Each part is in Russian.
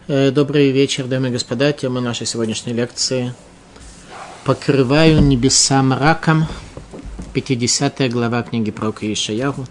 Добрый вечер, дамы и господа. Тема нашей сегодняшней лекции «Покрываю небеса мраком». 50 глава книги пророка Ишаяху.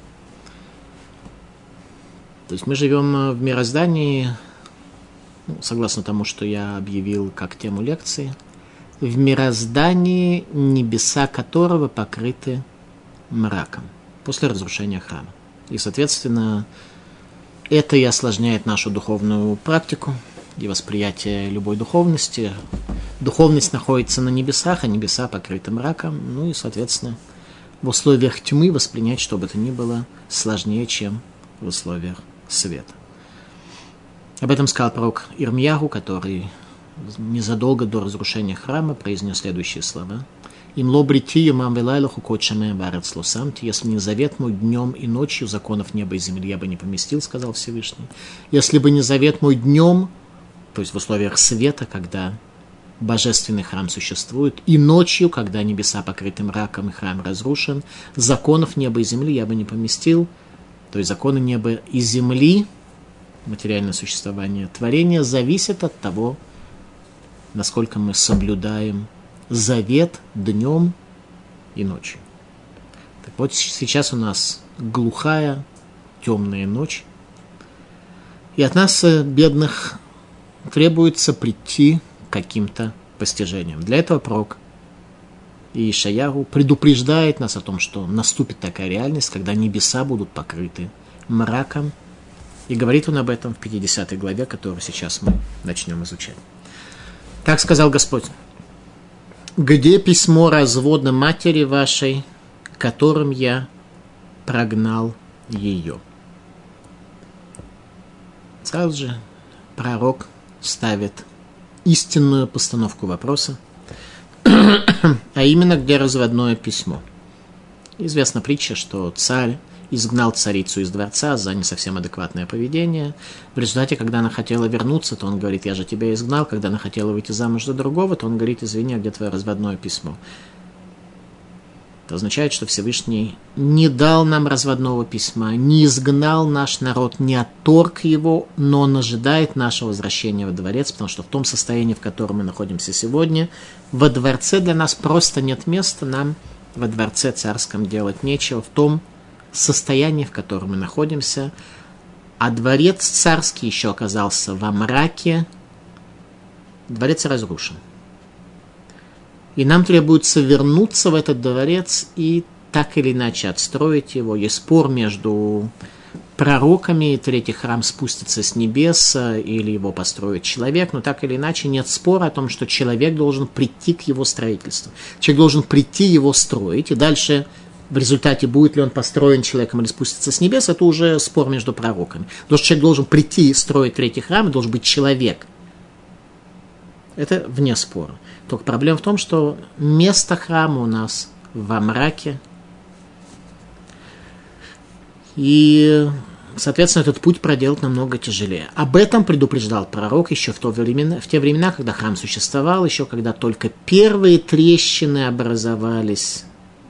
То есть мы живем в мироздании, согласно тому, что я объявил как тему лекции, в мироздании, небеса которого покрыты мраком после разрушения храма. И, соответственно, это и осложняет нашу духовную практику и восприятие любой духовности. Духовность находится на небесах, а небеса покрыты мраком. Ну и, соответственно, в условиях тьмы воспринять, что бы то ни было, сложнее, чем в условиях света. Об этом сказал пророк Ирмияху, который незадолго до разрушения храма произнес следующие слова. «Им ло брити мам велайлаху кочаме варец лосамти». «Если не завет мой днем и ночью, законов неба и земли я бы не поместил», сказал Всевышний. «Если бы не завет мой днем», то есть в условиях света, когда божественный храм существует, и ночью, когда небеса покрыты мраком и храм разрушен, законов неба и земли я бы не поместил». То есть законы неба и земли, материальное существование творения, зависит от того, насколько мы соблюдаем завет днем и ночью. Так вот, сейчас у нас глухая, темная ночь, и от нас, бедных, требуется прийти к каким-то постижениям. Для этого пророк Ишаяху предупреждает нас о том, что наступит такая реальность, когда небеса будут покрыты мраком, и говорит он об этом в 50 главе, которую сейчас мы начнем изучать. Так сказал Господь: «Где письмо развода матери вашей, которым я прогнал ее?» Сразу же пророк ставит истинную постановку вопроса, а именно, где разводное письмо. Известна притча, что царь изгнал царицу из дворца за не совсем адекватное поведение. В результате, когда она хотела вернуться, то он говорит: «Я же тебя изгнал». Когда она хотела выйти замуж за другого, то он говорит: «Извини, а где твое разводное письмо?» Это означает, что Всевышний не дал нам разводного письма, не изгнал наш народ, не отторг его, но он ожидает нашего возвращения во дворец, потому что в том состоянии, в котором мы находимся сегодня, во дворце для нас просто нет места, нам во дворце царском делать нечего, в том состоянии, в котором мы находимся, а дворец царский еще оказался во мраке, дворец разрушен. И нам требуется вернуться в этот дворец и так или иначе отстроить его. Есть спор между пророками, третий храм спустится с небес или его построит человек, но так или иначе нет спора о том, что человек должен прийти к его строительству. Человек должен прийти его строить, и дальше в результате, будет ли он построен человеком или спустится с небес, это уже спор между пророками. Потому что человек должен прийти и строить третий храм, и должен быть человек. Это вне спора. Только проблема в том, что место храма у нас во мраке. И, соответственно, этот путь проделать намного тяжелее. Об этом предупреждал пророк еще в те времена, когда храм существовал, еще когда только первые трещины образовались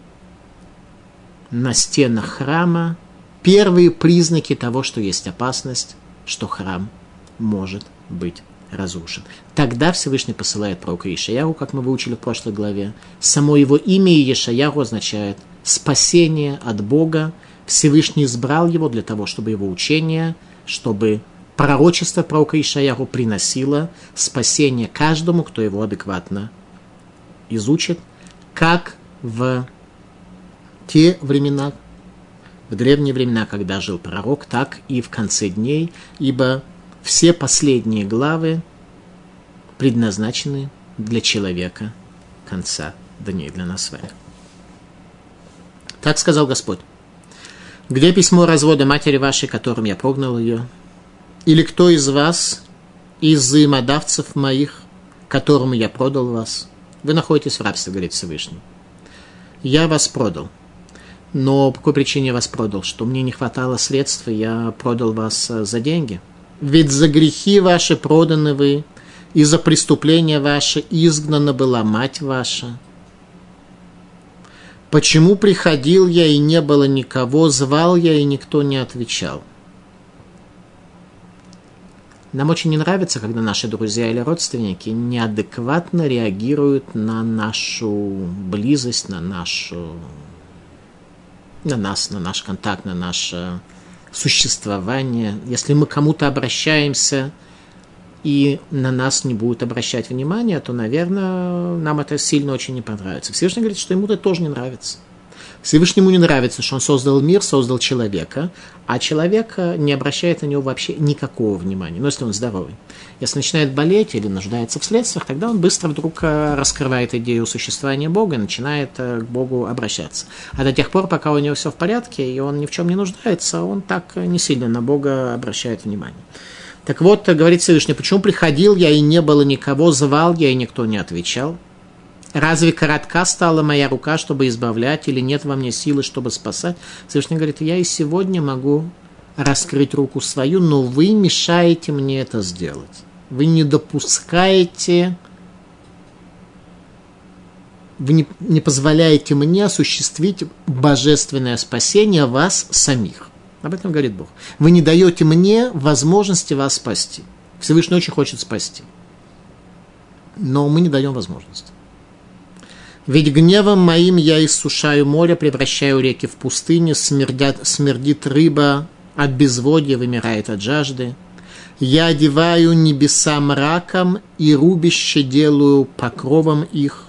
на стенах храма, первые признаки того, что есть опасность, что храм может быть разрушен. Тогда Всевышний посылает пророка Ишаяху, как мы выучили в прошлой главе. Само его имя Ишаяху означает спасение от Бога. Всевышний избрал его для того, чтобы его учение, чтобы пророчество пророка Ишаяху приносило спасение каждому, кто его адекватно изучит, как в те времена, в древние времена, когда жил пророк, так и в конце дней, ибо все последние главы предназначены для человека конца дней, для нас с вами. Так сказал Господь: «Где письмо развода матери вашей, которым я прогнал ее? Или кто из вас, из взаимодавцев моих, которому я продал вас? Вы находитесь в рабстве, говорит Всевышний. Я вас продал. Но по какой причине я вас продал? Что мне не хватало средств, и я продал вас за деньги? Ведь за грехи ваши проданы вы, и за преступления ваши изгнана была мать ваша. Почему приходил я, и не было никого, звал я, и никто не отвечал? Нам очень не нравится, когда наши друзья или родственники неадекватно реагируют на нашу близость, на наш контакт, на наше существование. Если мы к кому-то обращаемся, и на нас не будут обращать внимания, то, наверное, нам это сильно очень не понравится. Всевышний говорит, что ему это тоже не нравится. Всевышнему не нравится, что он создал мир, создал человека, а человек не обращает на него вообще никакого внимания, но если он здоровый. Если начинает болеть или нуждается в средствах, тогда он быстро вдруг раскрывает идею существования Бога и начинает к Богу обращаться. А до тех пор, пока у него все в порядке, и он ни в чем не нуждается, он так не сильно на Бога обращает внимание. Так вот, говорит Всевышний, почему приходил я, и не было никого, звал я, и никто не отвечал? Разве коротка стала моя рука, чтобы избавлять, или нет во мне силы, чтобы спасать? Всевышний говорит, я и сегодня могу раскрыть руку свою, но вы мешаете мне это сделать. Вы не допускаете, вы не позволяете мне осуществить божественное спасение вас самих. Об этом говорит Бог. Вы не даете мне возможности вас спасти. Всевышний очень хочет спасти. Но мы не даем возможности. Ведь гневом моим я иссушаю море, превращаю реки в пустыни, смердит рыба от безводья, вымирает от жажды. Я одеваю небеса мраком, и рубище делаю покровом их.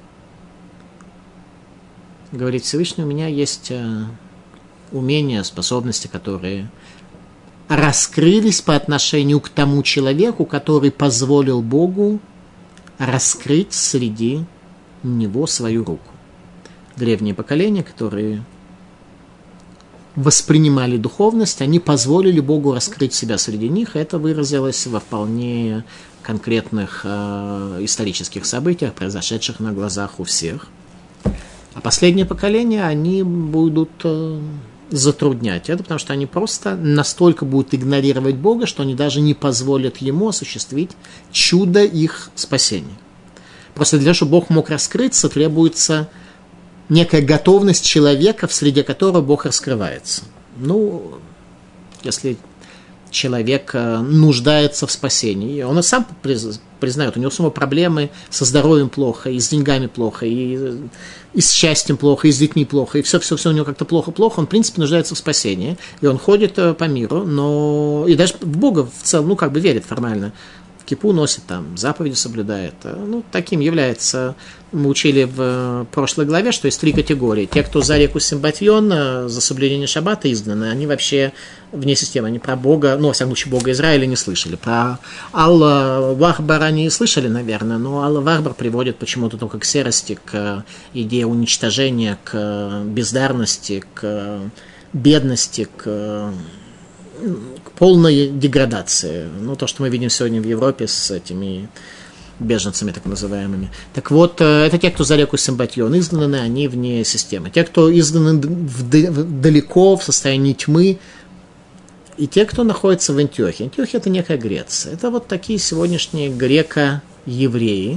Говорит Всевышний, у меня есть умения, способности, которые раскрылись по отношению к тому человеку, который позволил Богу раскрыть среди него свою руку. Древние поколения, которые воспринимали духовность, они позволили Богу раскрыть себя среди них, и это выразилось во вполне конкретных исторических событиях, произошедших на глазах у всех. А последнее поколение, они будут затруднять это, потому что они просто настолько будут игнорировать Бога, что они даже не позволят Ему осуществить чудо их спасения. Просто для того, чтобы Бог мог раскрыться, требуется некая готовность человека, в среде которого Бог раскрывается. Ну, если человек нуждается в спасении, он и сам признает, у него самого проблемы со здоровьем плохо, и с деньгами плохо, и с счастьем плохо, и с детьми плохо, и все у него как-то плохо, он, в принципе, нуждается в спасении, и он ходит по миру, но и даже в Бога в целом, верит формально, кипу носит, заповеди соблюдает. Таким является, мы учили в прошлой главе, что есть 3 категории. Те, кто за реку Симбатьон, за соблюдение шаббата изгнаны, они вообще вне системы, они про Бога, во всяком случае, Бога Израиля не слышали. Про Алла-Вахбар они слышали, наверное, но Алла-Вахбар приводит почему-то только к серости, к идее уничтожения, к бездарности, к бедности, к полной деградации. То, что мы видим сегодня в Европе с этими беженцами так называемыми. Так вот, это те, кто за реку Симбатьон изгнаны, они вне системы. Те, кто изгнаны далеко, в состоянии тьмы, и те, кто находится в Антиохии. Антиохия – это некая Греция. Это такие сегодняшние греко-евреи,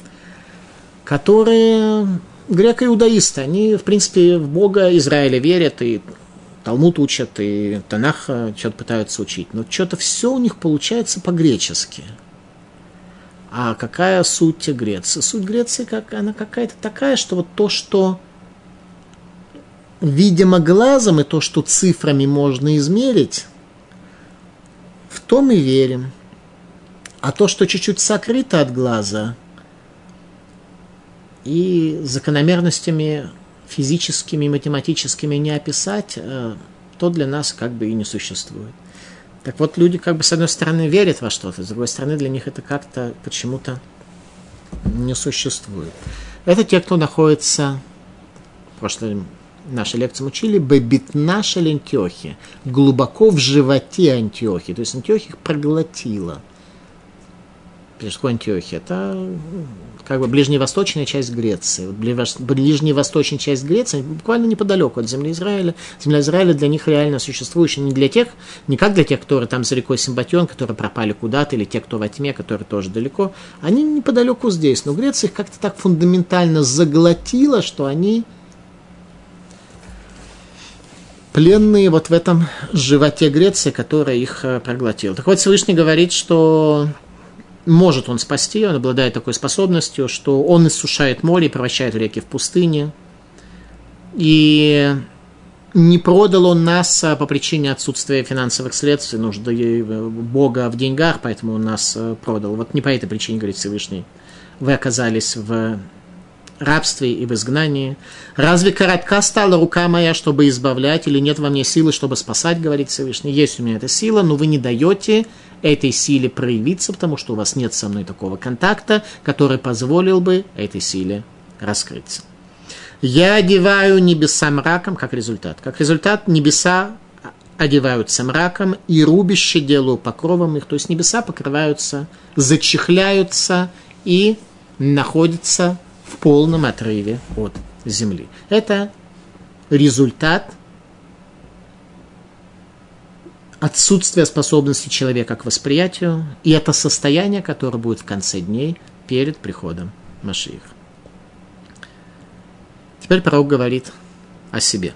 которые греко-иудаисты. Они, в принципе, в Бога Израиля верят и Талмуд учат, и Танах что-то пытаются учить. Но что-то все у них получается по-гречески. А какая суть Греции? Суть Греции, она какая-то такая, что то, что видимо глазом, и то, что цифрами можно измерить, в то мы верим. А то, что чуть-чуть сокрыто от глаза, и закономерностями физическими, математическими не описать, то для нас и не существует. Так вот, люди с одной стороны верят во что-то, с другой стороны для них это как-то почему-то не существует. Это те, кто находится, в прошлой нашей лекции мы учили, бебитна шель Антиохия, глубоко в животе Антиохии, то есть Антиохия их проглотила. Что такое Антиохия? Это ближневосточная часть Греции. Ближневосточная часть Греции буквально неподалеку от земли Израиля. Земля Израиля для них реально существующая не как для тех, которые там за рекой Симбатьон, которые пропали куда-то, или те, кто во тьме, которые тоже далеко. Они неподалеку здесь. Но Греция их как-то так фундаментально заглотила, что они пленные вот в этом животе Греции, который их проглотил. Так вот, Всевышний говорит, что может он спасти, он обладает такой способностью, что он иссушает море и превращает реки в пустыни. И не продал он нас по причине отсутствия финансовых средств, нужды Бога в деньгах, поэтому он нас продал. Вот не по этой причине, говорит Всевышний, вы оказались в рабстве и в изгнании. Разве коротка стала рука моя, чтобы избавлять, или нет во мне силы, чтобы спасать, говорит Всевышний? Есть у меня эта сила, но вы не даете этой силе проявиться, потому что у вас нет со мной такого контакта, который позволил бы этой силе раскрыться. Я одеваю небеса мраком, как результат. Как результат, небеса одеваются мраком, и рубище делаю покровом их. То есть небеса покрываются, зачехляются и находятся в полном отрыве от земли. Это результат отсутствия способности человека к восприятию, и это состояние, которое будет в конце дней перед приходом Машиаха. Теперь пророк говорит о себе.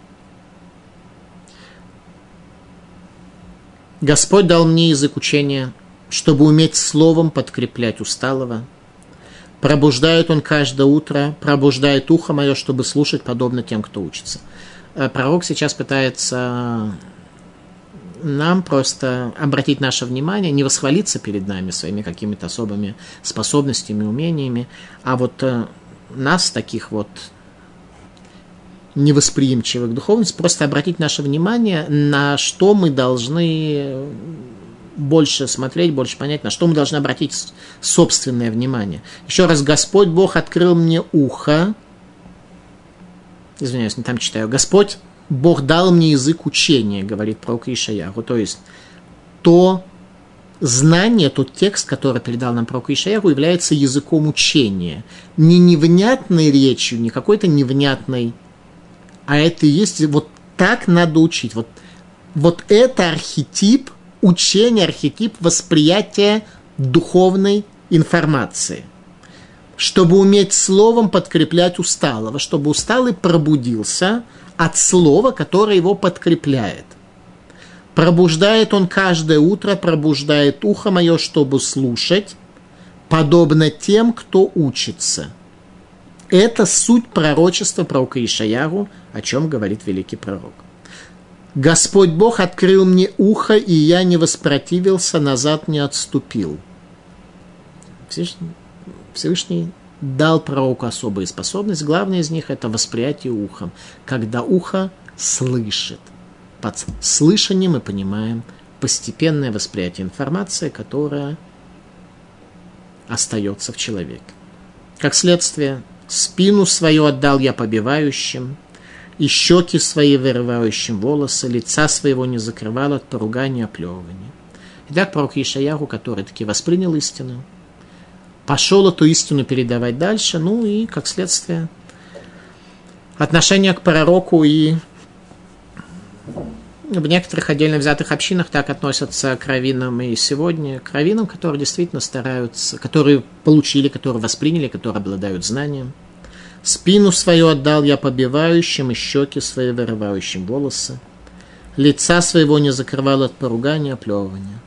Господь дал мне язык учения, чтобы уметь словом подкреплять усталого. Пробуждает он каждое утро, пробуждает ухо мое, чтобы слушать подобно тем, кто учится. Пророк сейчас пытается нам просто обратить наше внимание, не восхвалиться перед нами своими какими-то особыми способностями, умениями, а вот нас, таких вот невосприимчивых к духовности, просто обратить наше внимание, на что мы должны больше смотреть, больше понять, на что мы должны обратить собственное внимание. Еще раз, Господь Бог открыл мне ухо, извиняюсь, не там читаю, Господь Бог дал мне язык учения, говорит пророк Ишаяху, то есть то знание, тот текст, который передал нам пророк Ишаяху, является языком учения, не невнятной речью, не какой-то невнятной, а это и есть, вот так надо учить, вот это архетип учения, архетип восприятия духовной информации. Чтобы уметь словом подкреплять усталого, чтобы усталый пробудился от слова, которое его подкрепляет. Пробуждает он каждое утро, пробуждает ухо мое, чтобы слушать, подобно тем, кто учится. Это суть пророчества пророка Ишаяху, о чем говорит великий пророк. Господь Бог открыл мне ухо, и я не воспротивился, назад не отступил. Всевышний дал пророку особые способности. Главное из них – это восприятие ухом. Когда ухо слышит. Под слышанием мы понимаем постепенное восприятие информации, которая остается в человеке. Как следствие, спину свою отдал я побивающим, и щеки свои вырывающим волосы, лица своего не закрывал от поругания и оплевывания. Итак, пророк Ишаяху, который таки воспринял истину, пошел эту истину передавать дальше, ну и, как следствие, отношение к пророку и в некоторых отдельно взятых общинах так относятся к раввинам и сегодня, к раввинам, которые действительно стараются, которые получили, которые восприняли, которые обладают знанием. Спину свою отдал я побивающим, и щеки свои вырывающим волосы. Лица своего не закрывал от поругания и оплевывания.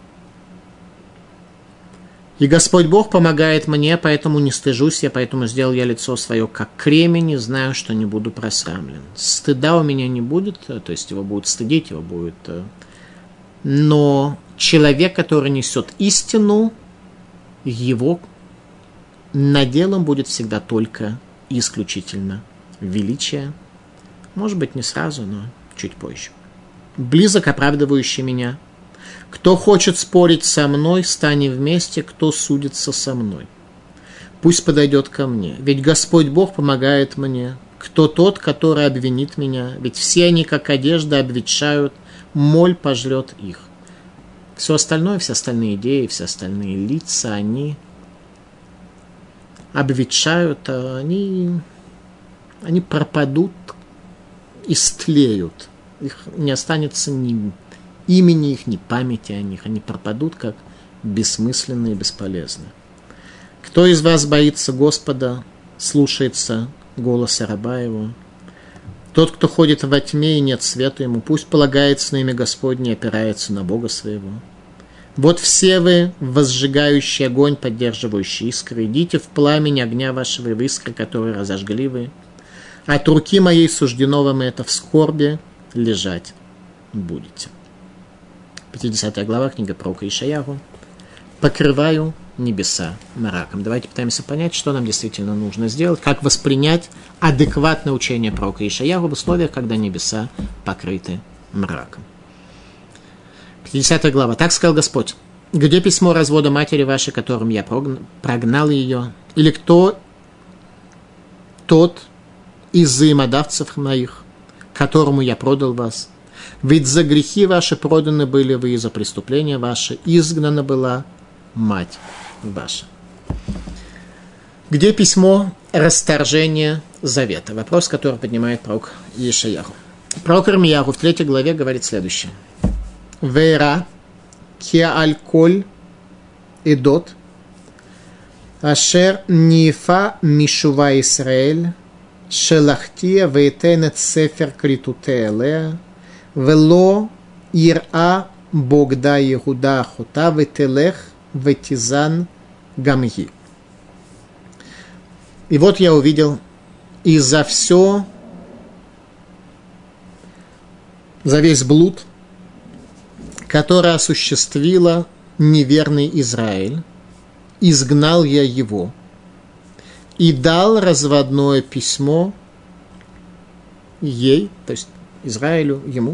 И Господь Бог помогает мне, поэтому не стыжусь я, поэтому сделал я лицо свое как кремень, и знаю, что не буду просрамлен. Стыда у меня не будет, то есть его будут стыдить, его будет... Но человек, который несет истину, его наделом будет всегда только исключительно величие. Может быть, не сразу, но чуть позже. Близок оправдывающий меня. Кто хочет спорить со мной, станем вместе, кто судится со мной. Пусть подойдет ко мне, ведь Господь Бог помогает мне. Кто тот, который обвинит меня? Ведь все они, как одежда, обветшают, моль пожрет их. Все остальное, все остальные идеи, все остальные лица, они обветшают, они пропадут, истлеют. Их не останется ни имени их, ни памяти о них. Они пропадут, как бессмысленные и бесполезные. Кто из вас боится Господа, слушается голоса раба его? Тот, кто ходит во тьме и нет света ему, пусть полагается на имя Господне и опирается на Бога своего. Вот все вы, возжигающий огонь, поддерживающие искры, идите в пламень огня вашего и в искры, которые разожгли вы. От руки моей суждено вам это, в скорби лежать будете. 50 глава, книга пророка Ишаяху. Покрываю небеса мраком. Давайте пытаемся понять, что нам действительно нужно сделать, как воспринять адекватное учение пророка Ишаяху в условиях, когда небеса покрыты мраком. 50 глава. Так сказал Господь: где письмо развода матери вашей, которым я прогнал ее? Или кто тот из взаимодавцев моих, которому я продал вас? Ведь за грехи ваши проданы были вы, и за преступления ваши изгнана была мать ваша. Где письмо расторжения завета? Вопрос, который поднимает пророк Ишаяху. Пророк Ирмияху в 3 главе говорит следующее. Вера кеальколь эдот ашер нифа мишува Исраэль шелахтия вейтенет сефер критуте элеа вело ира богда Иуда ахота ветелех ветизан гамги. И вот я увидел, и за весь блуд, который осуществила неверный Израиль, изгнал я его и дал разводное письмо ей, то есть Израилю, ему,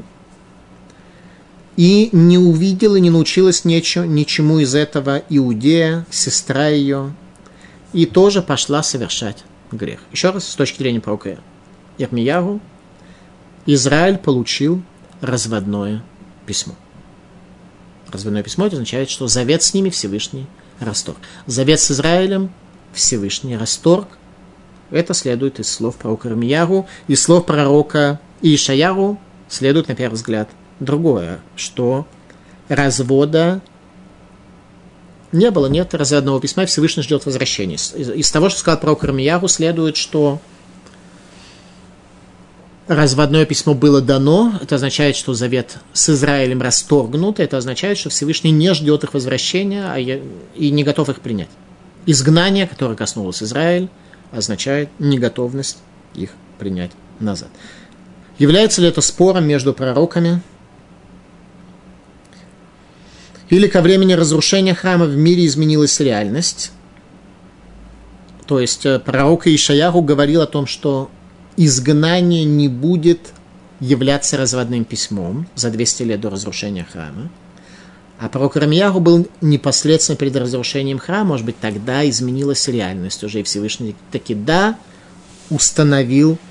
и не увидела, не научилась ничему из этого Иудея, сестра ее, и тоже пошла совершать грех. Еще раз, с точки зрения пророка Ирмияху, Израиль получил разводное письмо. Разводное письмо это означает, что завет с ними Всевышний расторг. Завет с Израилем Всевышний расторг. Это следует из слов пророка Ирмияху. Из слов пророка Ишаяху следует, на первый взгляд, другое, что развода не было, нет разводного письма, и Всевышний ждет возвращения. Из того, что сказал пророк Ирмияху, следует, что разводное письмо было дано, это означает, что завет с Израилем расторгнут, это означает, что Всевышний не ждет их возвращения и не готов их принять. Изгнание, которое коснулось Израиль, означает неготовность их принять назад. Является ли это спором между пророками? Или ко времени разрушения храма в мире изменилась реальность? То есть пророк Ишаяху говорил о том, что изгнание не будет являться разводным письмом за 200 лет до разрушения храма. А пророк Ирмияху был непосредственно перед разрушением храма, может быть, тогда изменилась реальность уже, и Всевышний таки установил,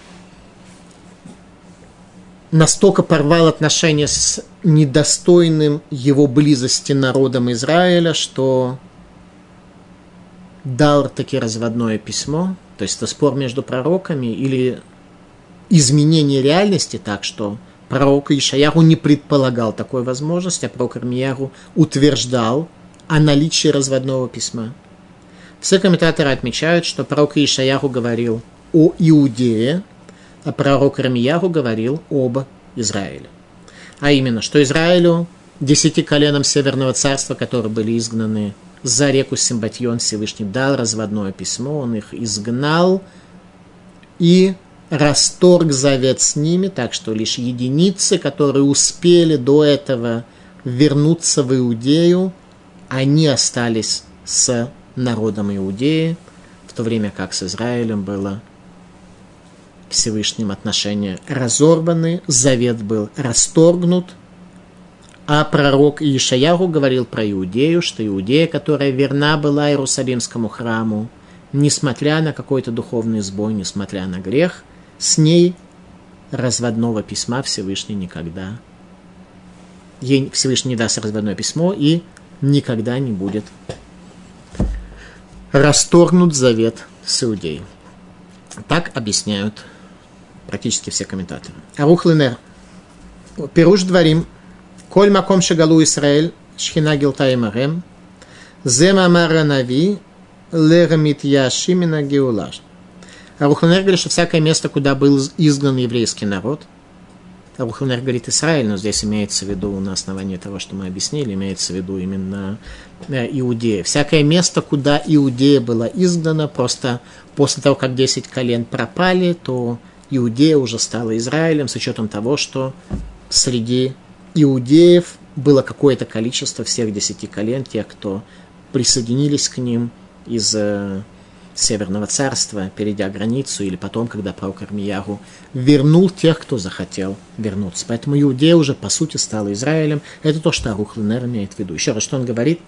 настолько порвал отношения с недостойным его близости народом Израиля, что дал таки разводное письмо. То есть это спор между пророками или изменение реальности так, что пророк Ишаяху не предполагал такой возможности, а пророк Ирмияху утверждал о наличии разводного письма. Все комментаторы отмечают, что пророк Ишаяху говорил о Иудее, а пророк Ирмияху говорил об Израиле. А именно, что Израилю, 10 коленам Северного царства, которые были изгнаны за реку Симбатьон, Всевышний дал разводное письмо, он их изгнал и расторг завет с ними, так что лишь единицы, которые успели до этого вернуться в Иудею, они остались с народом Иудеи, в то время как с Израилем было Всевышним отношения разорваны, завет был расторгнут, а пророк Ишаяху говорил про Иудею, что Иудея, которая верна была Иерусалимскому храму, несмотря на какой-то духовный сбой, несмотря на грех, с ней разводного письма Всевышний никогда, ей Всевышний не даст разводное письмо и никогда не будет расторгнут завет с Иудеей. Так объясняют практически все комментаторы. Арух Линер. Пируш Дварим. Коль маком шагалу Исраэль, шхина гилта имарем, зема мара нави, лерамит яшимина геулаш. Арух ла Нер говорит, что всякое место, куда был изгнан еврейский народ, Арух ла Нер говорит Израиль, но здесь имеется в виду на основании того, что мы объяснили, имеется в виду именно Иудея. Всякое место, куда Иудея была изгнана, просто после того, как 10 колен пропали, то Иудея уже стала Израилем, с учетом того, что среди иудеев было какое-то количество всех 10 колен, тех, кто присоединились к ним из Северного царства, перейдя границу, или потом, когда пророк Ирмиягу вернул тех, кто захотел вернуться. Поэтому Иудея уже, по сути, стала Израилем. Это то, что Арух ла Нер имеет в виду. Еще раз, что он говорит?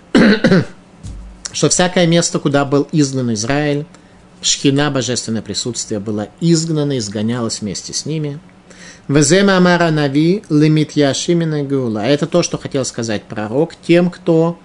Что всякое место, куда был изгнан Израиль, Шхина, божественное присутствие, было изгнано, изгонялось вместе с ними. Везема амара нави лимит яшимина гула. Это то, что хотел сказать пророк тем, кто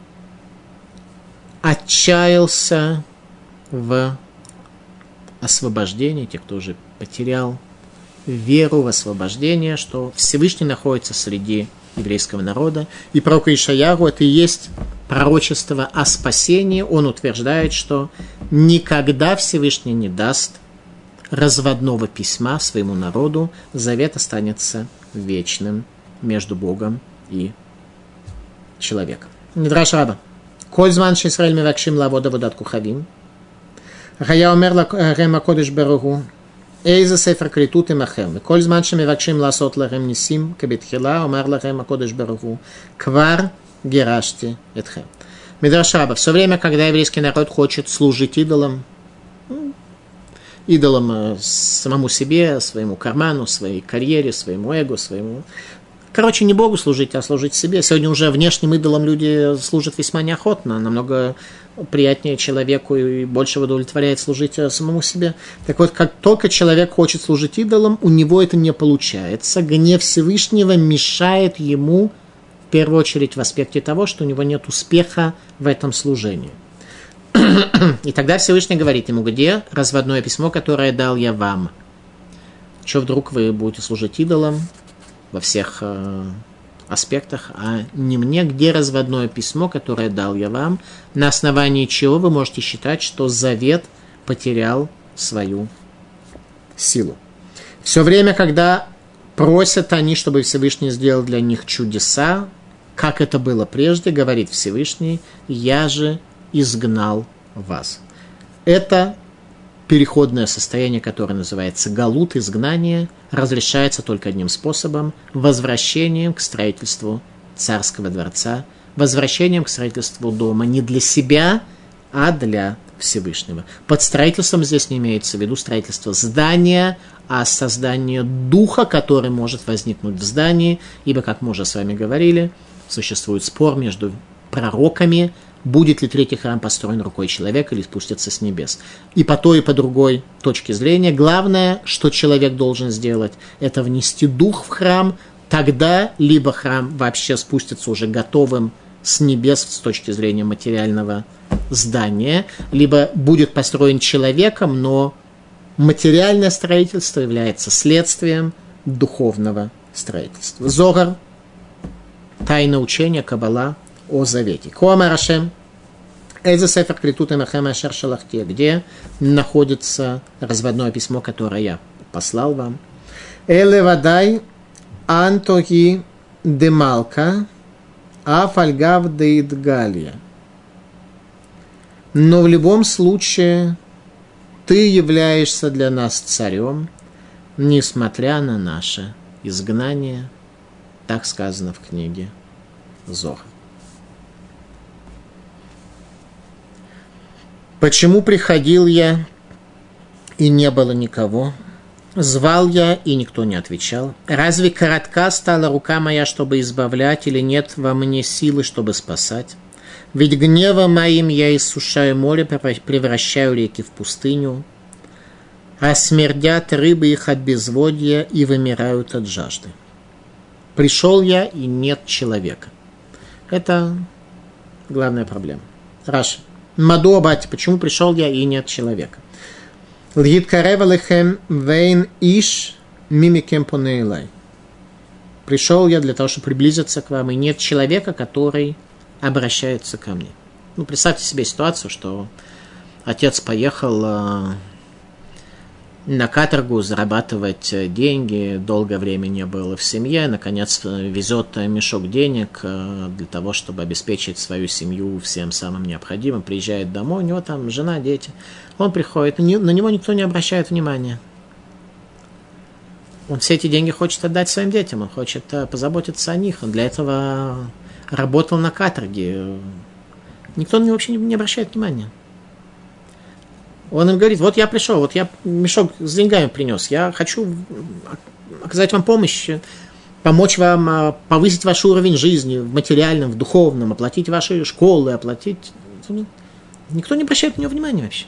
отчаялся в освобождении, те, кто уже потерял веру в освобождение, что Всевышний находится среди еврейского народа. И пророк Ишаяху — это и есть пророчество о спасении. Он утверждает, что никогда Всевышний не даст разводного письма своему народу. Завет останется вечным между Богом и человеком. Мидраш Раба. Коль зман ш'Исраэль мевакшим лавод аводат кухавим. היה אומר לכם הקודש ברוך הוא, איזה ספר כריתות עמכם, וכל זמן שמבקשים לעשות לכם ניסים כבתחילה, אומר לכם הקודש ברוך הוא, כבר גירשתי אתכם. Мидраш Раба. Все время, когда еврейский народ хочет служить идолам самому себе, своему карману, своей карьере, своему эго, своему... Короче, не Богу служить, а служить себе. Сегодня уже внешним идолам люди служат весьма неохотно, намного приятнее человеку и больше удовлетворяет служить самому себе. Так вот, как только человек хочет служить идолам, у него это не получается. Гнев Всевышнего мешает ему, в первую очередь, в аспекте того, что у него нет успеха в этом служении. И тогда Всевышний говорит ему, где разводное письмо, которое дал я вам? Что вдруг вы будете служить идолам во всех аспектах, а не мне, где разводное письмо, которое дал я вам, на основании чего вы можете считать, что завет потерял свою силу. Все время, когда просят они, чтобы Всевышний сделал для них чудеса, как это было прежде, говорит Всевышний, я же изгнал вас. Это переходное состояние, которое называется галут, изгнание, разрешается только одним способом – возвращением к строительству царского дворца, возвращением к строительству дома не для себя, а для Всевышнего. Под строительством здесь не имеется в виду строительство здания, а создание духа, который может возникнуть в здании, ибо, как мы уже с вами говорили, существует спор между пророками, будет ли третий храм построен рукой человека или спустится с небес. И по той, и по другой точке зрения, главное, что человек должен сделать, это внести дух в храм, тогда либо храм вообще спустится уже готовым с небес с точки зрения материального здания, либо будет построен человеком, но материальное строительство является следствием духовного строительства. Зогар, тайна учения, Каббала о завете. Коамар Ашем, эйзе сефер критут эмэхэм ашер шалахти, где находится разводное письмо, которое я послал вам. Эле вадай антоги демалка афальгав деидгалия. Но в любом случае ты являешься для нас царем, несмотря на наше изгнание, так сказано в книге Зохар. Почему приходил я, и не было никого? Звал я, и никто не отвечал. Разве коротка стала рука моя, чтобы избавлять, или нет во мне силы, чтобы спасать? Ведь гневом моим я иссушаю море, превращаю реки в пустыню, а смердят рыбы их от безводья и вымирают от жажды. Пришел я, и нет человека. Это главная проблема. Раши. Маду абати, почему пришел я, и нет человека? Лгит карева лехем вейн иш мимикем понейлай. Пришел я для того, чтобы приблизиться к вам, и нет человека, который обращается ко мне. Представьте себе ситуацию, что отец поехал на каторгу зарабатывать деньги, долгое время не было в семье, наконец везет мешок денег для того, чтобы обеспечить свою семью всем самым необходимым, приезжает домой, у него там жена, дети, он приходит, на него никто не обращает внимания. Он все эти деньги хочет отдать своим детям, он хочет позаботиться о них, он для этого работал на каторге, никто на него вообще не обращает внимания. Он им говорит, вот я пришел, вот я мешок с деньгами принес, я хочу оказать вам помощь, помочь вам повысить ваш уровень жизни в материальном, в духовном, оплатить ваши школы, оплатить... Никто не обращает на него внимания вообще.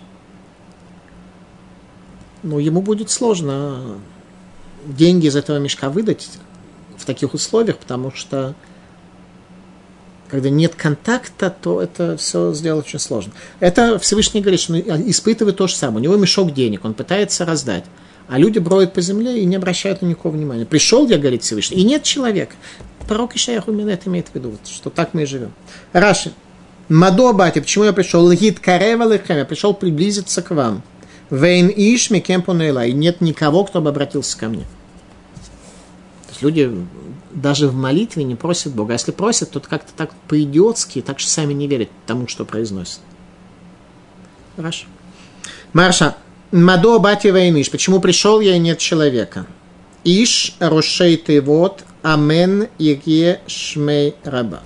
Но ему будет сложно деньги из этого мешка выдать в таких условиях, потому что когда нет контакта, то это все сделать очень сложно. Это Всевышний говорит, что он испытывает то же самое. У него мешок денег, он пытается раздать. А люди броют по земле и не обращают на никакого внимания. Пришел я, говорит Всевышний, и нет человека. Пророк Ишаяху это имеет в виду, что так мы и живем. Раши. Мадо бати, почему я пришел? Лгит карева лыхем, я пришел приблизиться к вам. Вейн иш микем понейла, и нет никого, кто бы обратился ко мне. То есть люди даже в молитве не просят Бога. А если просят, то как-то так по-идиотски, так что сами не верят тому, что произносят. Хорошо. Марша. Мадо бати вейн иш. Почему пришел я и нет человека? Иш рошей тевот амен иге шмей раба.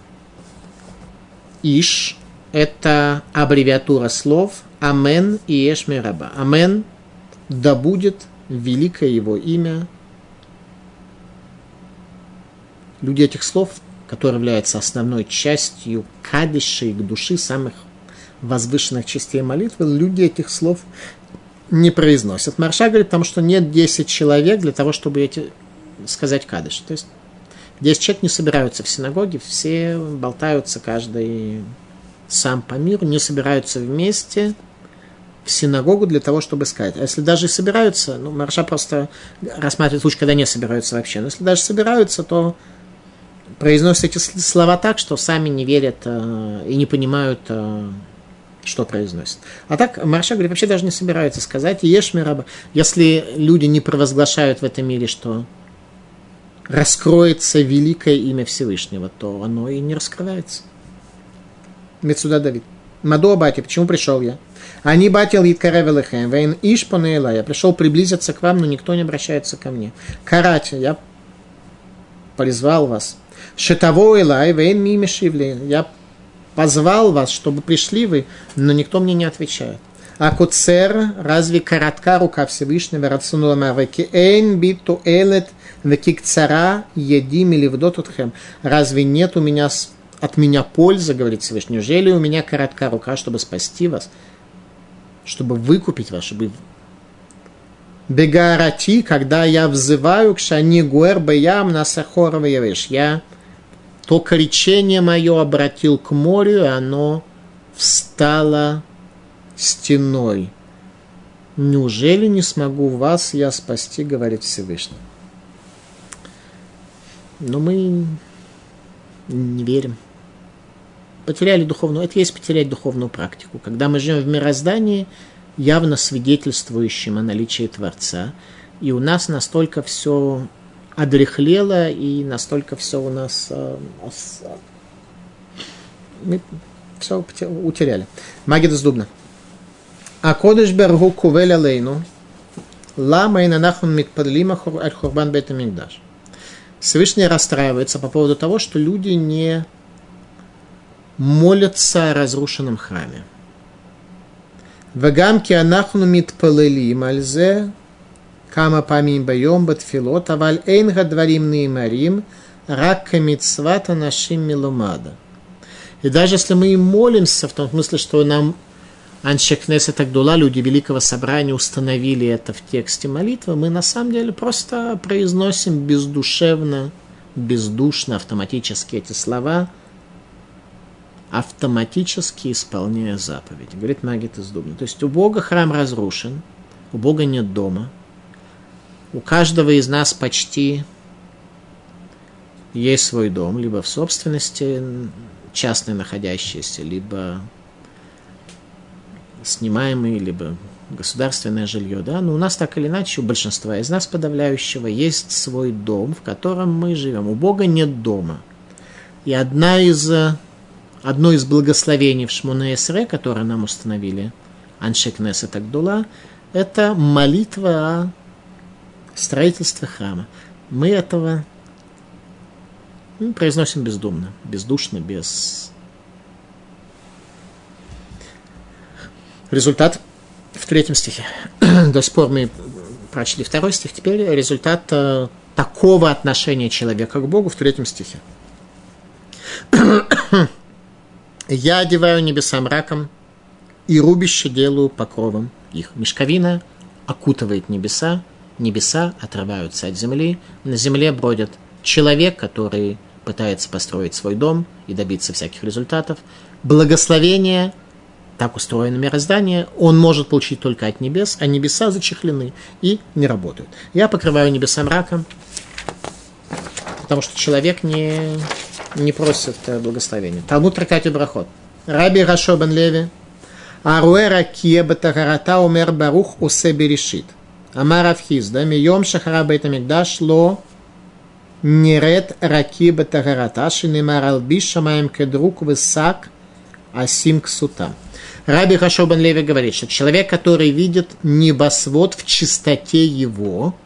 Иш – это аббревиатура слов Амен и Ешмей раба. Амен – да будет великое его имя. Люди этих слов, которые являются основной частью кадиши, к души, самых возвышенных частей молитвы, люди этих слов не произносят. Марша говорит, потому что нет 10 человек для того, чтобы сказать кадиш. То есть 10 человек не собираются в синагоге, все болтаются, каждый сам по миру, не собираются вместе в синагогу для того, чтобы сказать. А если даже и собираются, Марша просто рассматривает случай, когда не собираются вообще. Но если даже собираются, то произносят эти слова так, что сами не верят и не понимают, что произносят. А так Марша говорит, вообще даже не собираются сказать. Ешми раба. Если люди не провозглашают в этом мире, что раскроется великое имя Всевышнего, то оно и не раскрывается. Мецуда Давид. Мадо бати, почему пришел я? Они бати лит каревелэхэм, вейн иш понейла, я пришел приблизиться к вам, но никто не обращается ко мне. Карати, я призвал вас. Шетаво элай, вейн мими шивли, я позвал вас, чтобы пришли вы, но никто мне не отвечает. А куцер, разве коротка рука Всевышнего, рацунула мавеки, эйн биту элет, векик цара, едим или вдотутхем, разве нет у меня от меня пользы, говорит Всевышний, неужели у меня коротка рука, чтобы спасти вас, чтобы выкупить вас, чтобы бегарати, когда я взываю к шани гуэр беям на сахоровый явеш, я то кричение мое обратил к морю, и оно встало стеной. Неужели не смогу вас я спасти, говорит Всевышний? Но мы не верим. Потеряли духовную, это есть потерять духовную практику. Когда мы живем в мироздании, явно свидетельствующем о наличии Творца, и у нас настолько все одряхлело, и настолько все у нас мы все утеряли. Магид из Дубна. А кодыш бергу кувель алейну, лама и нанахун митпадлима аль хурбан бейт амикдаш. Всевышний расстраивается по поводу того, что люди не молятся о разрушенном храме. Вагамки анахну митпалелим альзе кама памим байом батфилот аваль эйн гадварим неймарим ракка митцвата нашим милумада. И даже если мы им молимся, в том смысле, что нам Анши Кнесет Агдула, люди Великого Собрания, установили это в тексте молитвы, мы на самом деле просто произносим бездушевно, бездушно, автоматически эти слова, автоматически исполняя заповедь. Говорит Магид из Дубна. То есть у Бога храм разрушен, у Бога нет дома, у каждого из нас почти есть свой дом, либо в собственности частной находящийся, либо снимаемый, либо государственное жилье, да, но у нас так или иначе, у большинства из нас подавляющего, есть свой дом, в котором мы живем. У Бога нет дома. И одно из благословений в Шмоне-Эсре, которое нам установили Аншей Кнесет Агдула, это молитва о строительстве храма. Мы этого произносим бездумно, бездушно, без... Результат в 3 стихе. До сих пор мы прочли 2 стих, теперь результат такого отношения человека к Богу в 3 стихе. «Я одеваю небеса мраком, и рубище делаю покровом их». Мешковина окутывает небеса, небеса отрываются от земли, на земле бродит человек, который пытается построить свой дом и добиться всяких результатов. Благословение, так устроено мироздание, он может получить только от небес, а небеса зачехлены и не работают. Я покрываю небеса мраком, потому что человек не просит благословения. Талмуд Трактат Брахот. Раби Рашо бен Леви, Аруэ ракие батагарата умер барух усе берешит. Амар Авхизда, мием шахара бейт амикдаш ло нерет раки батагарата, шинемар албиш шамаем кедрук высак асим ксута. Раби Рашо бен Леви говорит, что человек, который видит небосвод в чистоте его,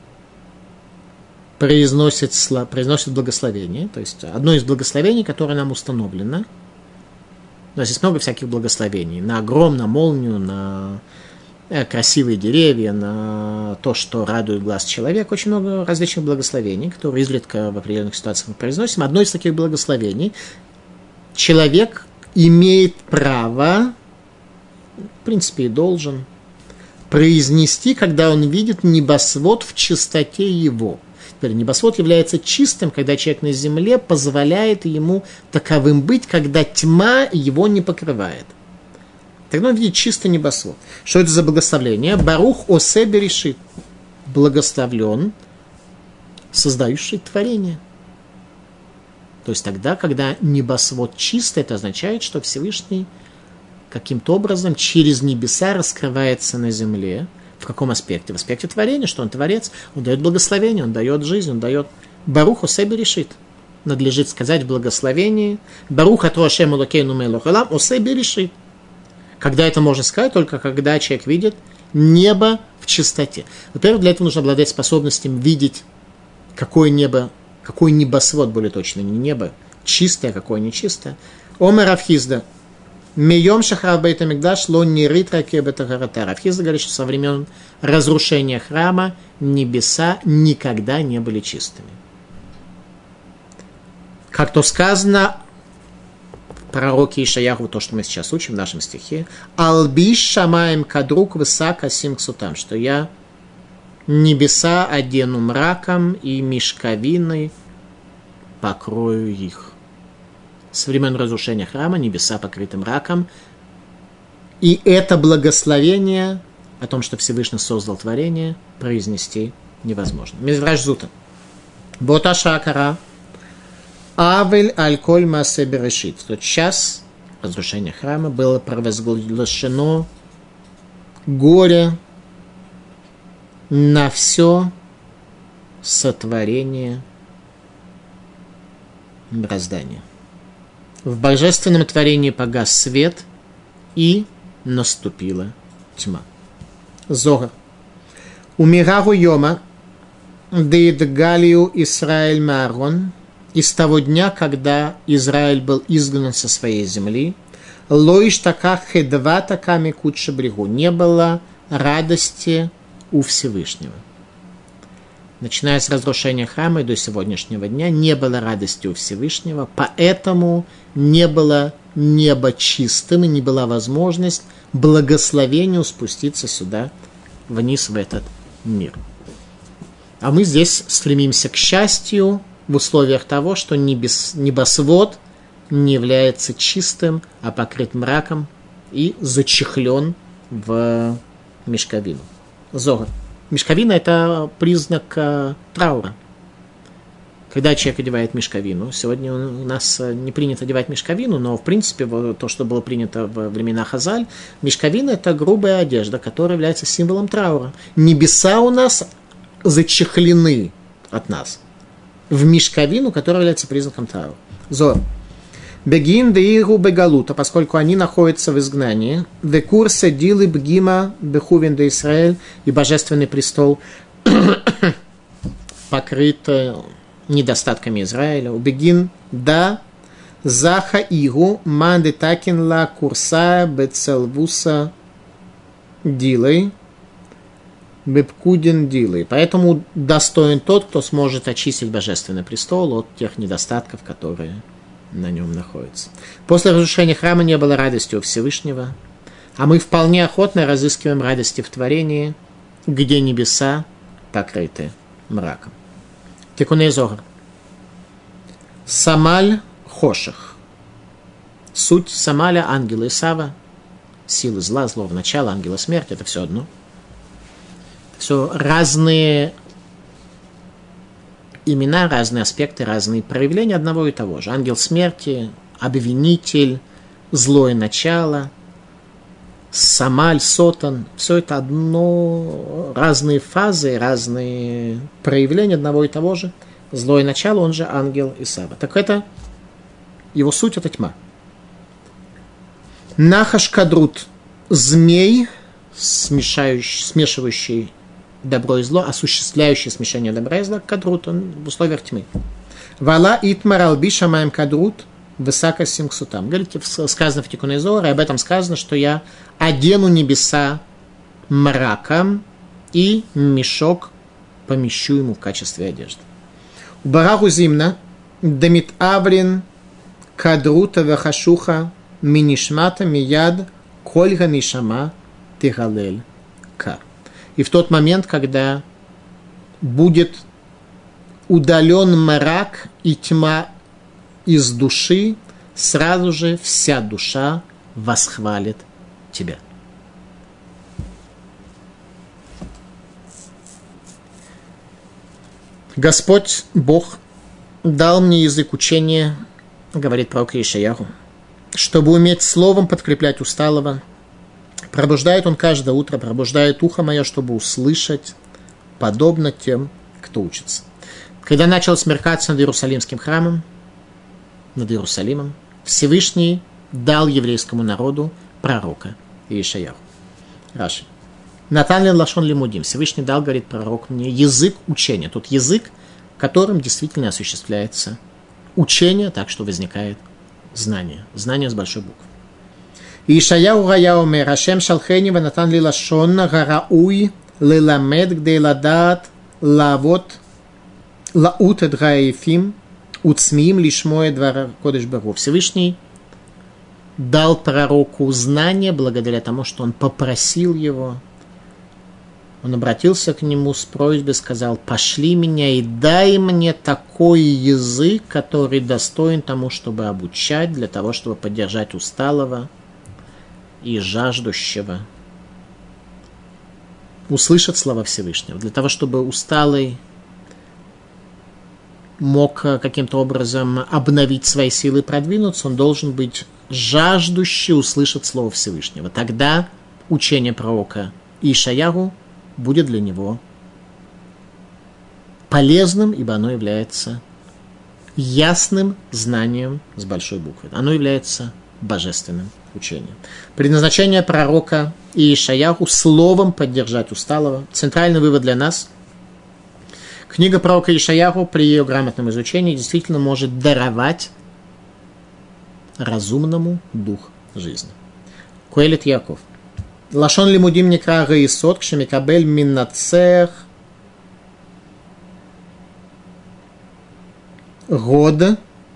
произносит благословение, то есть одно из благословений, которое нам установлено. У нас есть много всяких благословений. На гром, на молнию, на красивые деревья, на то, что радует глаз человека. Очень много различных благословений, которые изредка в определенных ситуациях мы произносим. Одно из таких благословений. Человек имеет право, в принципе, и должен произнести, когда он видит небосвод в чистоте его. Теперь небосвод является чистым, когда человек на земле позволяет ему таковым быть, когда тьма его не покрывает. Тогда он видит чистый небосвод. Что это за благословление? Барух осе берешит. Благословлен, создающий творение. То есть тогда, когда небосвод чистый, это означает, что Всевышний каким-то образом через небеса раскрывается на земле. В каком аспекте? В аспекте творения, что он творец, он дает благословение, он дает жизнь, он дает барух осе берешит. Надлежит сказать в благословении барух ато Ашем Элокейну мелех олам осе берешит. Когда это можно сказать? Только когда человек видит небо в чистоте. Во-первых, для этого нужно обладать способностью видеть, какое небо, какой небосвод, более точно, не небо, чистое, какое нечистое. Омер Авхизда. Мейом шахар бейт амикдаш ло нерит раке бетагарата. Авхизда говорит, что со времен разрушения храма небеса никогда не были чистыми. Как то сказано в пророке Ишаяху, то, что мы сейчас учим в нашем стихе, «Албиш шамаем кадрук высак асим ксутам», что я небеса одену мраком и мешковиной покрою их. Со времен разрушения храма небеса покрыты мраком. И это благословение о том, что Всевышний создал творение, произнести невозможно. Мидраш Зута. Бота шакара авель аль-коль маасе берешит. В тот час разрушения храма было провозглашено горе на все сотворение мироздания. В божественном творении погас свет, и наступила тьма. Зогар. Умирару йома деидгалию Исраэль Маарон. И с того дня, когда Израиль был изгнан со своей земли, лоиш така хедва така мекутша брегу. Не было радости у Всевышнего. Начиная с разрушения храма и до сегодняшнего дня не было радости у Всевышнего, поэтому не было неба чистым и не была возможность благословению спуститься сюда, вниз в этот мир. А мы здесь стремимся к счастью в условиях того, что небосвод не является чистым, а покрыт мраком и зачехлен в мешковину. Зогар. Мешковина – это признак траура. когда человек одевает мешковину. Сегодня у нас не принято одевать мешковину, но, в принципе, то, что было принято во времена Хазаль, мешковина – это грубая одежда, которая является символом траура. Небеса у нас зачехлены от нас в мешковину, которая является признаком траура. Зор. Бегин деиру бегалута, поскольку они находятся в изгнании. Векур седилы бгима бехувен де Исраэль, и божественный престол покрыт недостатками Израиля. Убегин да заха игу манды такин ла курса бецелвуса дилой бепкудин дилой. Поэтому достоин тот, кто сможет очистить божественный престол от тех недостатков, которые на нем находятся. После разрушения храма не было радости у Всевышнего, а мы вполне охотно разыскиваем радости в творении, где небеса покрыты мраком. Тикуней Зогар. Самаль Хоших. Суть Самаля, ангела Исава, силы зла, злого начала, ангела смерти, это все одно. Все разные имена, разные аспекты, разные проявления одного и того же. Ангел смерти, обвинитель, злое начало, Самаль, Сотан, все это одно, разные фазы, разные проявления одного и того же. Злое начало, он же ангел Исава. Так это, его суть – это тьма. Нахаш Кадрут – змей, смешивающий добро и зло, осуществляющий смешение добра и зла. Кадрут, он в условиях тьмы. Вала итмар алби шамаем кадрут высака симксутам. Говорите, сказано в Тикуней Зоар, и об этом сказано, что я одену небеса мраком и мешок помещу ему в качестве одежды. Бараху зимна дамит аврин кадрута вахашуха минишмата мияд кольга нишама тигалель ка. И в тот момент, когда будет удален мрак и тьма из души, сразу же вся душа восхвалит тебя. Господь Бог дал мне язык учения, говорит пророк Ишаяху, чтобы уметь словом подкреплять усталого. Пробуждает он каждое утро, пробуждает ухо мое, чтобы услышать, подобно тем, кто учится. Когда начал смеркаться над Иерусалимским храмом, над Иерусалимом, Всевышний дал еврейскому народу пророка Ишаяху. Раши. Натан лашон лимудим. Всевышний дал, говорит пророк, мне язык учения. Тот язык, которым действительно осуществляется учение, так что возникает знание. Знание с большой буквы. Ишаяху гаяомер, Ашем шалхени ванатан ли лашон гарауй леламед гдей ладат лавот лаут эд гаефим уцмиим лишмоэ двара кодеш бару. Всевышний дал пророку знание благодаря тому, что он попросил его. Он обратился к нему с просьбой, сказал: пошли меня и дай мне такой язык, который достоин тому, чтобы обучать, для того, чтобы поддержать усталого и жаждущего услышать слова Всевышнего, для того, чтобы усталый мог каким-то образом обновить свои силы и продвинуться, он должен быть жаждущий услышать слово Всевышнего. Тогда учение пророка Ишаяху будет для него полезным, ибо оно является ясным знанием с большой буквы. Оно является божественным учением. Предназначение пророка Ишаяху словом поддержать усталого. Центральный вывод для нас. Книга пророка Ишаяху при ее грамотном изучении действительно может даровать разумному дух жизни. Куэлит Яков. Лашон лимудим некра гаисот, кшемикабель миннацех года.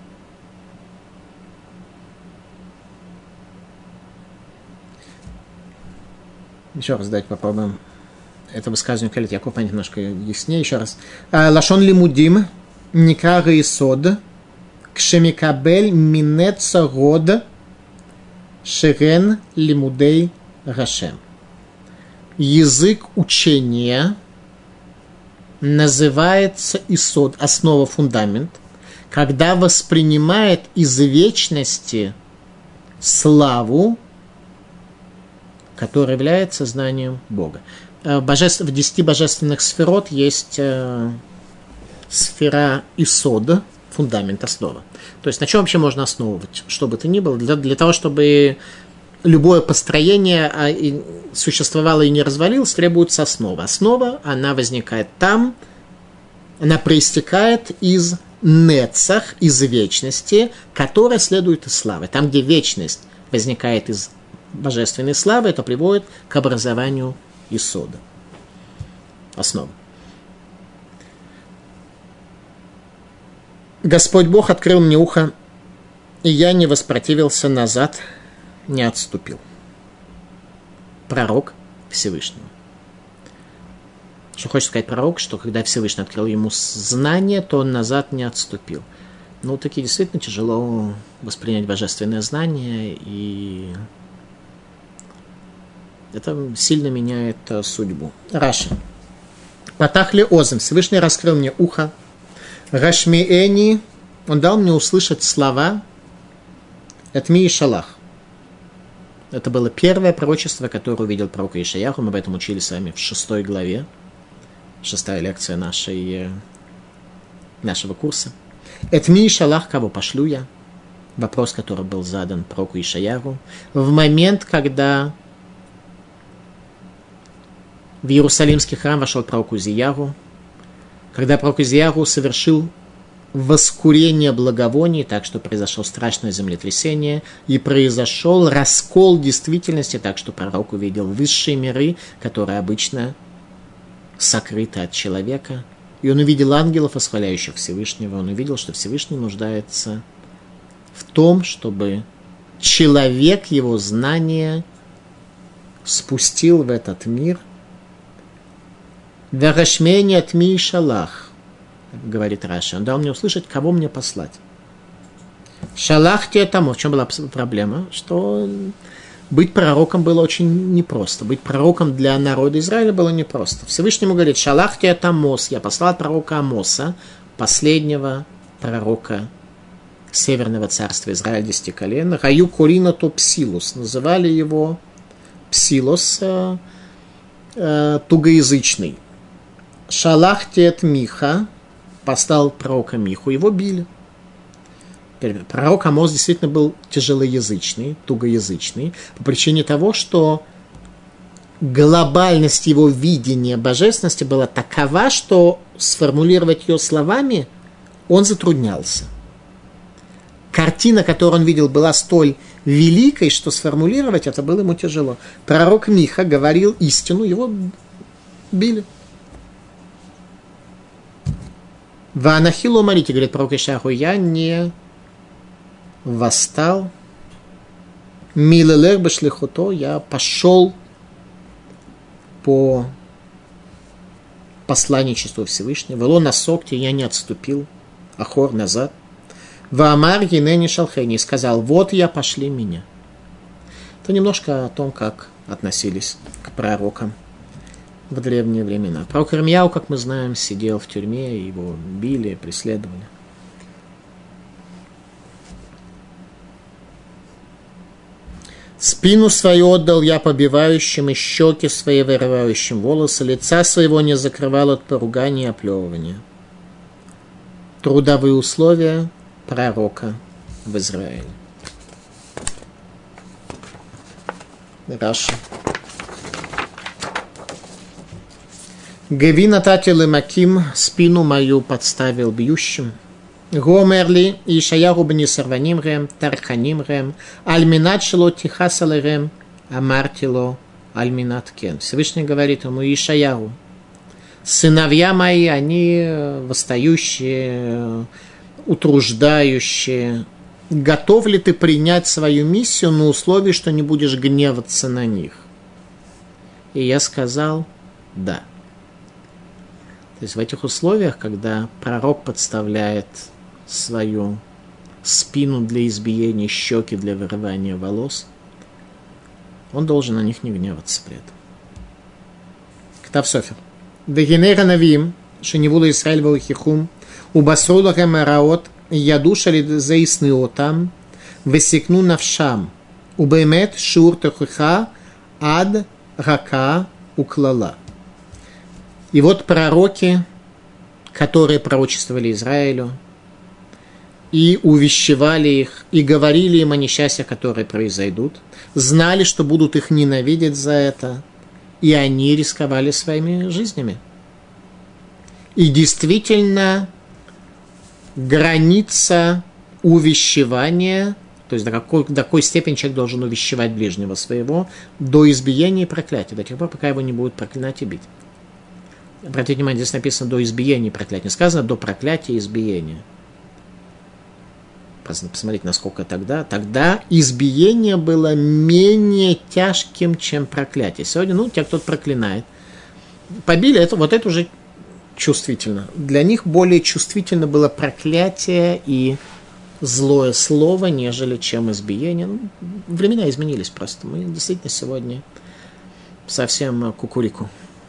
Еще раз давайте попробуем это высказывание Куэлит Яков понять немножко яснее. Еще раз. Лашон лимудим некра гаисот, кшемикабель миннеца года шерен лимудей Рашем. Язык учения называется исод, основа, фундамент, когда воспринимает из вечности славу, которая является знанием Бога. В 10 божественных сферот есть сфера исода, фундамент, основа. То есть на чем вообще можно основывать, что бы то ни было, для того, чтобы любое построение существовало и не развалилось, требуется основа. Основа, она возникает там, она проистекает из нецах, из вечности, которая следует из славы. Там, где вечность возникает из божественной славы, это приводит к образованию исода, основы. Господь Бог открыл мне ухо, и я не воспротивился назад, не отступил. Пророк Всевышнего. Что хочет сказать пророк, что когда Всевышний открыл ему знание, то он назад не отступил. Ну, таки действительно тяжело воспринять божественное знание, и это сильно меняет судьбу. Раши. Патахли озем. Всевышний раскрыл мне ухо. Рашмиэни. Он дал мне услышать слова Этми и Шалах. Это было первое пророчество, которое увидел пророк Ишаяху. Мы об этом учили с вами в 6 главе. 6-я лекция нашего курса. Этми и Шалах, кого пошлю я? Вопрос, который был задан пророку Ишаяху. В момент, когда в Иерусалимский храм вошел пророк Узиягу, когда пророк Узиягу совершил воскурение благовоний, так что произошло страшное землетрясение, и произошел раскол действительности, так что пророк увидел высшие миры, которые обычно сокрыты от человека, и он увидел ангелов, восхваляющих Всевышнего, он увидел, что Всевышний нуждается в том, чтобы человек его знания спустил в этот мир. «Варашмени отми шалах», говорит Раши. Он дал мне услышать, кого мне послать. Шалахте тому. В чем была проблема? Что быть пророком было очень непросто. Быть пророком для народа Израиля было непросто. Всевышнему говорит: Шалахте Амос. Я послал пророка Амоса, последнего пророка Северного царства Израиля 10 колен. Раю Корина то Псилус. Называли его Псилос, тугоязычный. Шалахте Миха. Послал пророка Миху, его били. Пророк Амос действительно был тяжелоязычный, тугоязычный, по причине того, что глобальность его видения божественности была такова, что сформулировать ее словами он затруднялся. Картина, которую он видел, была столь великой, что сформулировать это было ему тяжело. Пророк Миха говорил истину, его били. Ванахилу Марите, говорит пророк Ишаяху, я не восстал. Милелер башлихото, я пошел по посланничеству Всевышнего. Вело на сокте, я не отступил. Ахор назад. Ваамар гинени шалхени, сказал: вот я, пошли меня. Это немножко о том, как относились к пророкам в древние времена. Пророк Ирмияу, как мы знаем, сидел в тюрьме, его били, преследовали. Спину свою отдал я побивающим, и щеки свои вырывающим волосы, лица своего не закрывал от поругания и оплевывания. Трудовые условия пророка в Израиле. Раши. Геви натати лемаким, спину мою подставил бьющим. Гомерли и Ишаяху бни сарваним рем, тарханим рем, альминат шело тихасал рем, амартило альминат кен. Всевышний говорит ему: Ишаяху, сыновья мои, они восстающие, утруждающие. Готов ли ты принять свою миссию на условии, что не будешь гневаться на них? И я сказал: да. То есть в этих условиях, когда пророк подставляет свою спину для избиения, щеки для вырывания волос, он должен на них не гневаться при этом. Ктав Софер. Дегенера Навиим, шеневула Исраэль валахихум, убасрулахем раот, ядуша лизаисны отам, весекну навшам, убаймет шур техуха, ад рака уклала. И вот пророки, которые пророчествовали Израилю, и увещевали их, и говорили им о несчастьях, которые произойдут, знали, что будут их ненавидеть за это, и они рисковали своими жизнями. И действительно, граница увещевания, то есть до какой степени человек должен увещевать ближнего своего, до избиения и проклятия, до тех пор, пока его не будут проклинать и бить. Обратите внимание, здесь написано до избиения и проклятия. Не сказано до проклятия и избиения. Посмотрите, насколько тогда избиение было менее тяжким, чем проклятие. Сегодня, те, кто проклинает, побили, это уже чувствительно. Для них более чувствительно было проклятие и злое слово, нежели чем избиение. Времена изменились просто. Мы действительно сегодня совсем кукурику.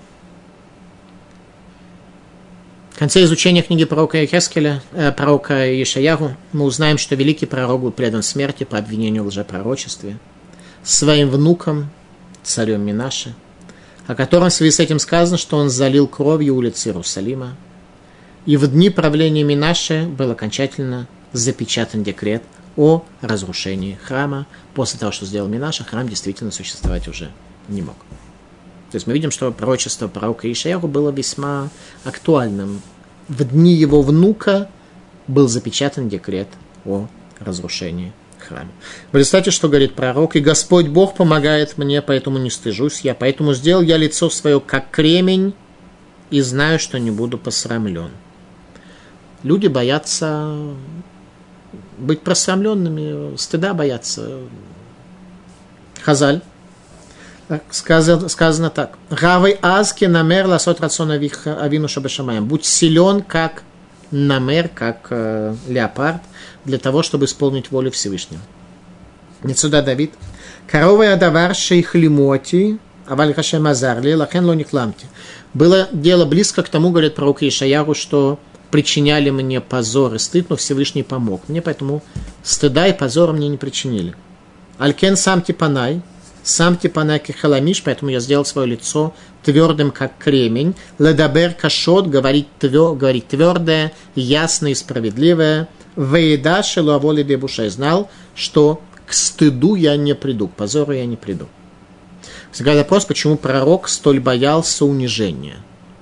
В конце изучения книги пророка Йехескеля, пророка Ишаяху, мы узнаем, что великий пророк был предан смерти по обвинению в лжепророчестве своим внуком, царем Минаше, о котором в связи с этим сказано, что он залил кровью улицы Иерусалима. И в дни правления Минаше был окончательно запечатан декрет о разрушении храма. После того, что сделал Минаше, храм действительно существовать уже не мог. То есть мы видим, что пророчество пророка Ишаяху было весьма актуальным. В дни его внука был запечатан декрет о разрушении храма. В результате, что говорит пророк: «И Господь Бог помогает мне, поэтому не стыжусь я, поэтому сделал я лицо свое, как кремень, и знаю, что не буду посрамлен». Люди боятся быть просрамленными, стыда боятся. Хазаль. Сказано так: «Равой азки намер ласот рацион авину шабашамаем». Будь силен, как намер, как леопард, для того, чтобы исполнить волю Всевышнего. Отсюда Давид: «Коровой адавар шейх лимоти, аваль хашем азарли, лахен ло никламти». Было дело близко к тому, говорит пророк Ишаяху, что причиняли мне позор и стыд, но Всевышний помог мне, поэтому стыда и позора мне не причинили. Алькен сам типанай, кехаламиш, поэтому я сделал свое лицо твердым, как кремень. Ледабер кашот, говорить твердое, ясное и справедливое. Вееда шелуаволи дебуша, знал, что к стыду я не приду, к позору я не приду. Всегда вопрос, почему пророк столь боялся унижения.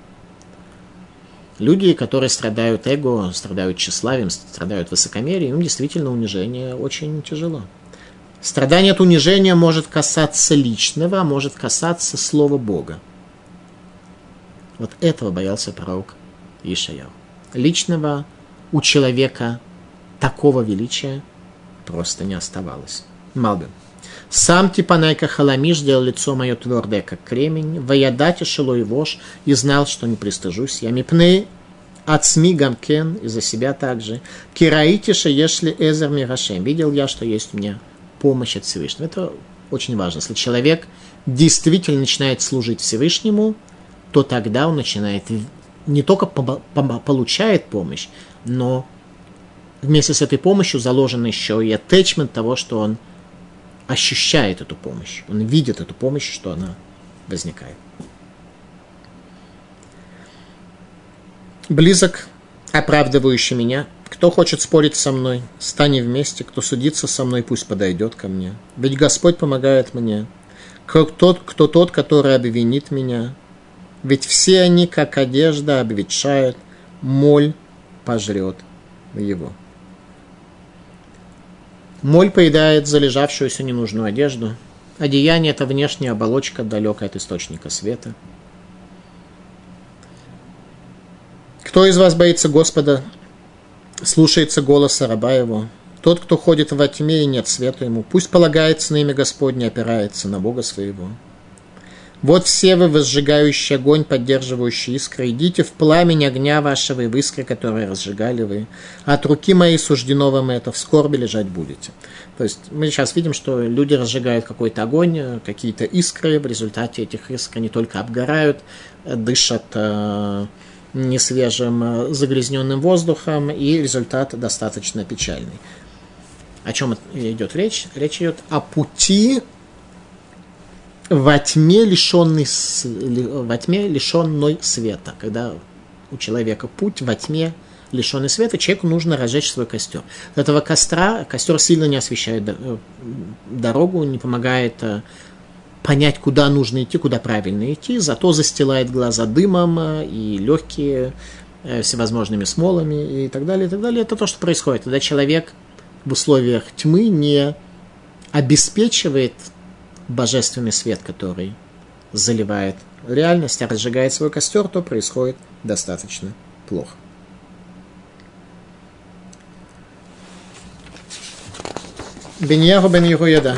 Люди, которые страдают эго, страдают тщеславием, страдают высокомерием, им действительно унижение очень тяжело. Страдание от унижения может касаться личного, а может касаться слова Бога. Вот этого боялся пророк Ишаяху. Личного у человека такого величия просто не оставалось. Малбим. «Сам типанайка халамиш сделал лицо мое твердое, как кремень, ваядати шело и вож, и знал, что не пристыжусь я. Мипны ацми гамкен, и за себя также. Кираитиша ешли эзер мирашем. Видел я, что есть у меня помощь от Всевышнего». Это очень важно. Если человек действительно начинает служить Всевышнему, то тогда он начинает не только получает помощь, но вместе с этой помощью заложен еще и attachment того, что он ощущает эту помощь. Он видит эту помощь, что она возникает. Близок оправдывающий меня. Кто хочет спорить со мной, стань вместе. Кто судится со мной, пусть подойдет ко мне. Ведь Господь помогает мне. Кто тот, который обвинит меня? Ведь все они, как одежда, обветшают, моль пожрет его. Моль поедает залежавшуюся ненужную одежду. Одеяние – это внешняя оболочка, далекая от источника света. Кто из вас боится Господа, слушается голоса раба его? Тот, кто ходит во тьме и нет света ему, пусть полагается на имя Господне, опирается на Бога своего. Вот все вы, возжигающий огонь, поддерживающие искры, идите в пламень огня вашего и в искры, которые разжигали вы. От руки моей суждено вам это, в скорби лежать будете. То есть мы сейчас видим, что люди разжигают какой-то огонь, какие-то искры, в результате этих искр не только обгорают, дышат несвежим, загрязненным воздухом, и результат достаточно печальный. О чем идет речь? Речь идет о пути во тьме, лишенной света. Когда у человека путь во тьме, лишенный света, человеку нужно разжечь свой костер. От этого костер сильно не освещает дорогу, не помогает понять, куда нужно идти, куда правильно идти, зато застилает глаза дымом и легкие всевозможными смолами и так далее, и так далее. Это то, что происходит, когда человек в условиях тьмы не обеспечивает божественный свет, который заливает реальность, а разжигает свой костер, то происходит достаточно плохо. Беньяху бен Йехуяда.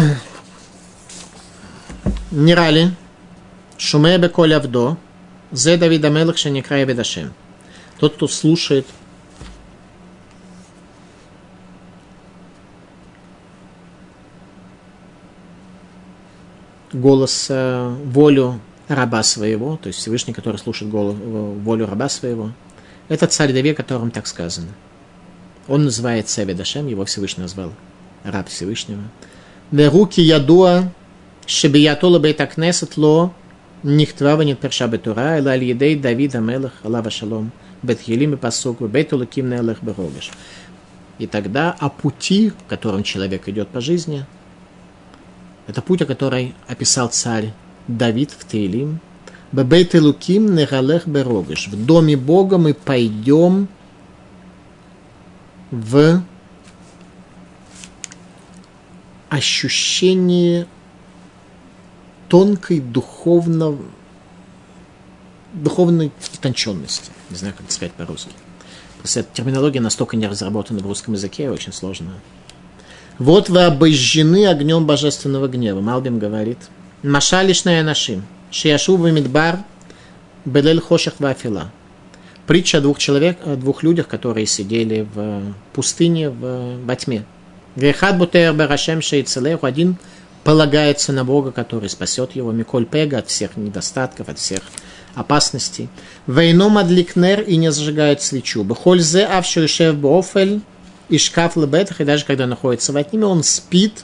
Нирали, шумея беколь авдо, зе Давид амелех шеникра Евед Ашем. Тот, кто слушает голос, волю раба своего, то есть Всевышний, который слушает волю раба своего, это царь Давид, о котором так сказано. Он называется Евед Ашем, его Всевышний назвал раб Всевышнего. Веруки ядуа шебиятола бейт акнесет ло нихтва венитперша бетура эла аль-едей Давид амелех алава шалом бет елим и пасук бейт улаким неэлех берогеш. И тогда о пути, которым человек идет по жизни, это путь, о котором описал царь Давид в Теилим. Бейт элуким неэлех берогеш. В доме Бога мы пойдем в ощущение тонкой духовной утонченности. Не знаю, как это сказать по-русски. Просто эта терминология настолько не разработана в русском языке, очень сложно. Вот вы обожжены огнем божественного гнева. Малбим говорит. Машалишная нашим. Шияшу бамидбар белель хошах вафила. Притча о двух людях, которые сидели в пустыне во тьме. Грехат бутер барашем шейцелеху. Один полагается на Бога, который спасет его. Миколь пега от всех недостатков, от всех опасностей. Вейно мадликнер и не зажигает свечу. Бехользе авшуишев бофель и шкаф лебетах. И даже когда находится во тьме, он спит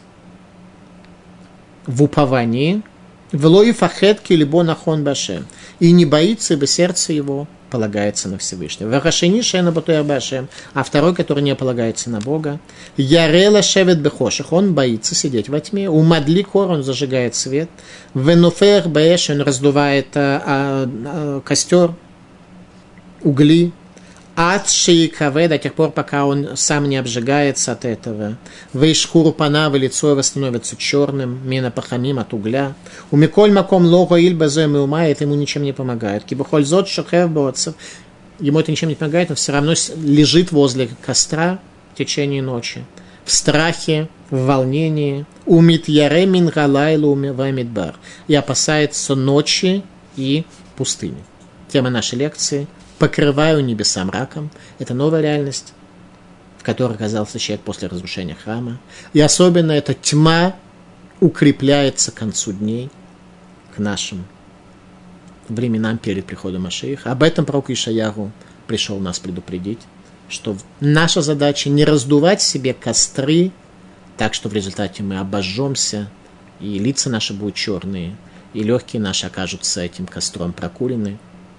в уповании. Велои фахетки либо нахон башем. И не боится, ибо сердце его полагается на Всевышнего. Варашини шена батуэр башем. А второй, который не полагается на Бога. Ярела шевет бехоших. Он боится сидеть во тьме. У мадли кор, он зажигает свет. Венуфер бэш, он раздувает костер, угли. Ад шейкаве, до тех пор, пока он сам не обжигается от этого. Вейшхуру панав, лицо его становится черным, мина пахамим от угля. У Миколь маком лого иль базоем и ума, это ему ничем не помогает. Кибухользот шохев боцев, ему это ничем не помогает, но все равно лежит возле костра в течение ночи. В страхе, в волнении. Умит яре мин галайлу вамидбар. И опасается ночи и пустыни. Тема нашей лекции – покрываю небеса мраком. Это новая реальность, в которой оказался человек после разрушения храма. И особенно эта тьма укрепляется к концу дней, к нашим временам перед приходом Машиаха. Об этом пророк Ишаяху пришел нас предупредить, что наша задача не раздувать себе костры, так что в результате мы обожжемся, и лица наши будут черные, и легкие наши окажутся этим костром прокурены.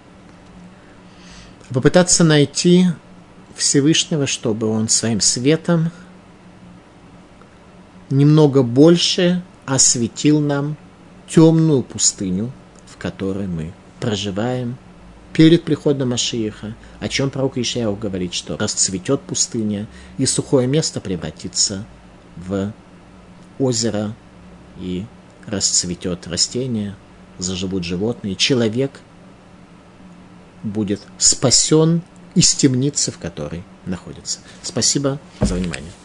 Попытаться найти Всевышнего, чтобы он своим светом немного больше осветил нам темную пустыню, в которой мы проживаем перед приходом Машиаха, о чем пророк Ишаяху говорит, что расцветет пустыня, и сухое место превратится в озеро, и расцветет растение, заживут животные, человек будет спасен из темницы, в которой находится. Спасибо за внимание.